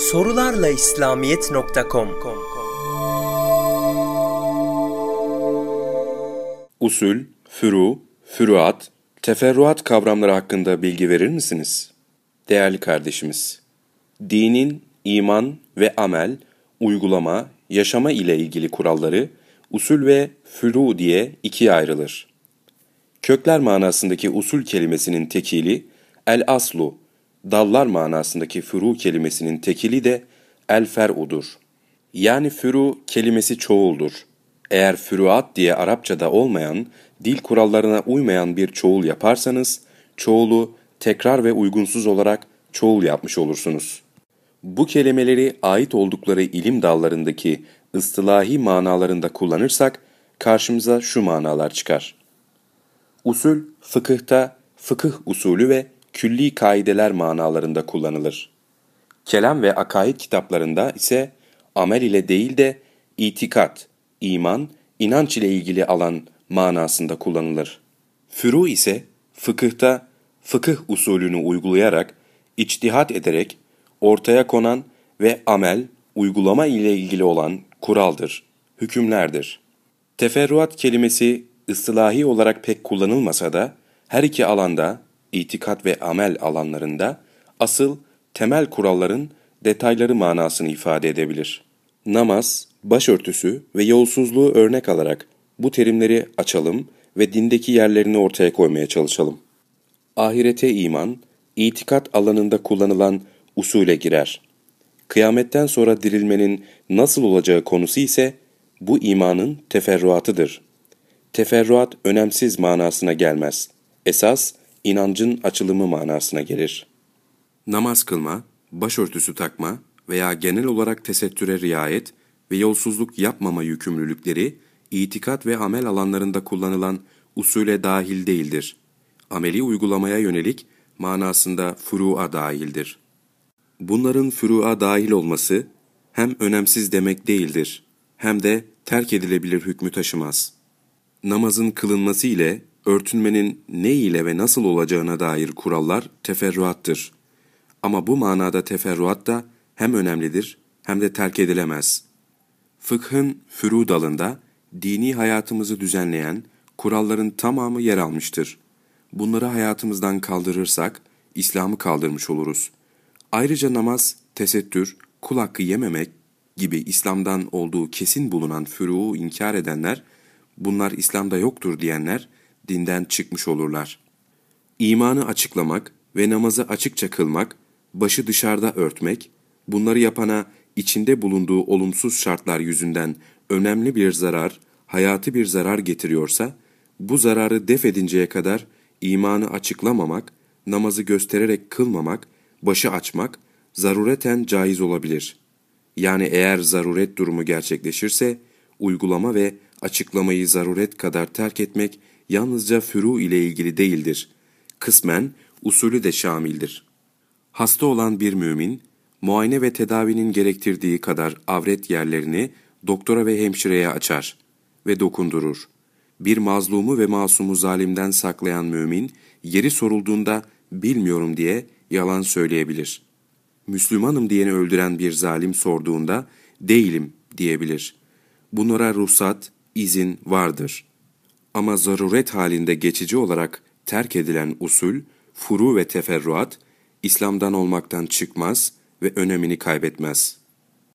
sorularlaislamiyet.com Usul, furu, füruat, teferruat kavramları hakkında bilgi verir misiniz? Değerli kardeşimiz, dinin iman ve amel, uygulama, yaşama ile ilgili kuralları usul ve furu diye ikiye ayrılır. Kökler manasındaki usul kelimesinin tekili el-aslu, dallar manasındaki furu kelimesinin tekili de el-fer'udur. Yani furu kelimesi çoğuldur. Eğer füruat diye Arapçada olmayan, dil kurallarına uymayan bir çoğul yaparsanız, çoğulu tekrar ve uygunsuz olarak çoğul yapmış olursunuz. Bu kelimeleri ait oldukları ilim dallarındaki ıstılahi manalarında kullanırsak, karşımıza şu manalar çıkar. Usul, fıkıhta fıkıh usulü ve külli kaideler manalarında kullanılır. Kelam ve akaid kitaplarında ise amel ile değil de itikat, iman, inanç ile ilgili alan manasında kullanılır. Furu ise fıkıhta fıkıh usulünü uygulayarak, içtihat ederek ortaya konan ve amel, uygulama ile ilgili olan kuraldır, hükümlerdir. Teferruat kelimesi ıslahi olarak pek kullanılmasa da her iki alanda, itikat ve amel alanlarında asıl temel kuralların detayları manasını ifade edebilir. Namaz, başörtüsü ve yolsuzluğu örnek alarak bu terimleri açalım ve dindeki yerlerini ortaya koymaya çalışalım. Ahirete iman, itikat alanında kullanılan usule girer. Kıyametten sonra dirilmenin nasıl olacağı konusu ise bu imanın teferruatıdır. Teferruat önemsiz manasına gelmez. Esas, inancın açılımı manasına gelir. Namaz kılma, başörtüsü takma veya genel olarak tesettüre riayet ve yolsuzluk yapmama yükümlülükleri, itikat ve amel alanlarında kullanılan usule dahil değildir. Ameli uygulamaya yönelik manasında furu'a dahildir. Bunların furu'a dahil olması hem önemsiz demek değildir, hem de terk edilebilir hükmü taşımaz. Namazın kılınması ile örtünmenin ne ile ve nasıl olacağına dair kurallar teferruattır. Ama bu manada teferruat da hem önemlidir hem de terk edilemez. Fıkhın furu dalında dini hayatımızı düzenleyen kuralların tamamı yer almıştır. Bunları hayatımızdan kaldırırsak İslam'ı kaldırmış oluruz. Ayrıca namaz, tesettür, kul hakkı yememek gibi İslam'dan olduğu kesin bulunan furu'u inkar edenler, bunlar İslam'da yoktur diyenler dinden çıkmış olurlar. İmanı açıklamak ve namazı açıkça kılmak, başı dışarıda örtmek, bunları yapana içinde bulunduğu olumsuz şartlar yüzünden önemli bir zarar, hayati bir zarar getiriyorsa, bu zararı def edinceye kadar imanı açıklamamak, namazı göstererek kılmamak, başı açmak, zarureten caiz olabilir. Yani eğer zaruret durumu gerçekleşirse, uygulama ve açıklamayı zaruret kadar terk etmek yalnızca furu ile ilgili değildir. Kısmen usulü de şamildir. Hasta olan bir mümin, muayene ve tedavinin gerektirdiği kadar avret yerlerini doktora ve hemşireye açar ve dokundurur. Bir mazlumu ve masumu zalimden saklayan mümin, yeri sorulduğunda bilmiyorum diye yalan söyleyebilir. Müslümanım diyeni öldüren bir zalim sorduğunda değilim diyebilir. Bunlara ruhsat, izin vardır. Ama zaruret halinde geçici olarak terk edilen usul, furu ve teferruat, İslam'dan olmaktan çıkmaz ve önemini kaybetmez.